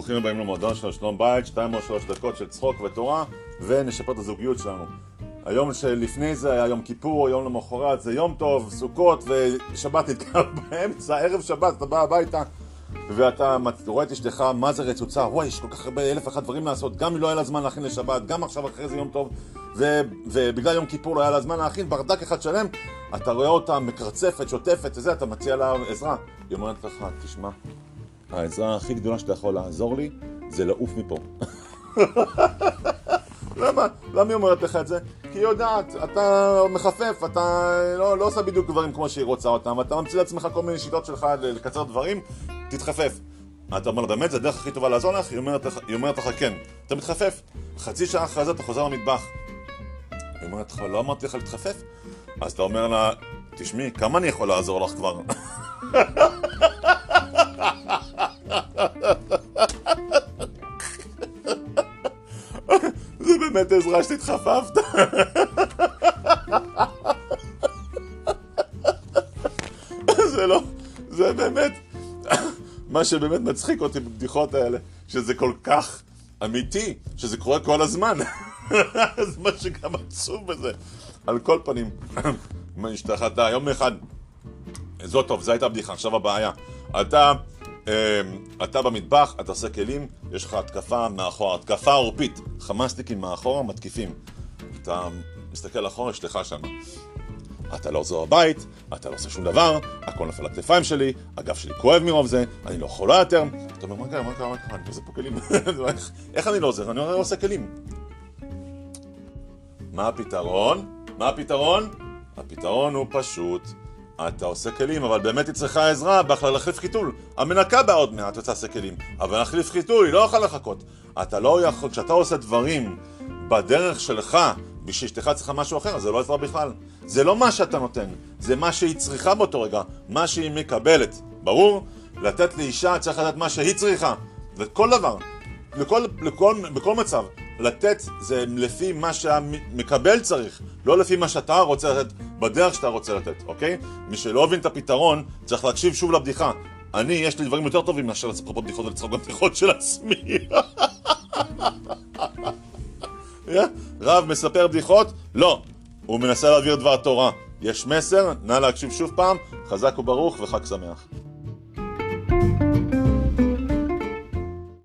ברוכים הבאים למועדון של שלום בית, 2 או 3 דקות של צחוק ותורה, ונשפר את הזוגיות שלנו. היום שלפני זה היה יום כיפור, יום למחרת זה יום טוב, סוכות ושבת נתקע באמצע, ערב שבת, אתה בא הביתה ואתה רואה את אשתך, מה זה רצוצה, וואי, יש כל כך הרבה 1001 דברים לעשות, גם אם לא היה לה זמן להכין לשבת, גם עכשיו אחרי זה יום טוב, ובגלל יום כיפור לא היה לה זמן להכין, ברדק אחד שלם, אתה רואה אותה מקרצפת, שוטפת, וזה, אתה מציע לה עזרה. היא אומרת לך, תשמע, העזרה הכי גדולה שאתה יכול לעזור לי, זה לעוף מפה. למה? למה היא אומרת לך את זה? כי היא יודעת, אתה מחפף, אתה לא עושה בדיוק דברים כמו שהיא רוצה אותם, אתה ממציא לעצמך כל מיני שיטות שלך לקצר דברים, תתחפף. אתה אומר לה, באמת, זה הדרך הכי טובה לעזור לך? היא אומרת לך, כן. אתה מתחפף. חצי שעה אחרי זה אתה חוזר למטבח. היא אומרת לך, לא אמרתי לך להתחפף? אז אתה אומר לה, תשמעי, כמה אני יכול לעזור לך כבר? זה באמת עזרה שתתחפפת. זה באמת, מה שבאמת מצחיק אותי בבדיחות האלה, שזה כל כך אמיתי, שזה קורה כל הזמן. זה מה שגם עצוב בזה. על כל פנים, מה השתחת? יום אחד, זאת טוב, זו הייתה בדיחה, עכשיו הבעיה. אתה במטבח, אתה עושה כלים, יש לך התקפה מאחורה, התקפה עורפית, חמאסניקים מאחורה, מתקיפים. אתה מסתכל אחורה, אשתך שם. אתה לא עוזר בבית, אתה לא עושה שום דבר, הכל נפל לכתפיים שלי, הגב שלי כואב מרוב זה, אני לא חולה יותר. אתה אומר, מה קרה? אני עושה פה כלים. איך אני לא עוזר? אני עושה כלים. מה הפתרון? הפתרון הוא פשוט. אתה עושה כלים, אבל באמת היא צריכה עזרה להחליף חיתול. המנקה באה עוד מעט, אתה עושה כלים. אבל להחליף חיתול, היא לא יכולה לחכות. אתה לא יכול, כשאתה עושה דברים בדרך שלך, בשביל אשתך צריכה משהו אחר, זה לא עזרה בכלל. זה לא מה שאתה נותן, זה מה שהיא צריכה באותו רגע, מה שהיא מקבלת. ברור? לתת לאישה צריך לתת מה שהיא צריכה. וכל דבר, בכל מצב, לתת זה לפי מה שהמקבל צריך, לא לפי מה שאתה רוצה לתת, בדרך שאתה רוצה לתת, אוקיי? מי שלא הבין את הפתרון, צריך להקשיב שוב לבדיחה. יש לי דברים יותר טובים מאשר לספר פה בדיחות ולצחוק גם בדיחות של עצמי. רב מספר בדיחות? לא. הוא מנסה להעביר דבר תורה. יש מסר, נא להקשיב שוב פעם, חזק וברוך וחג שמח.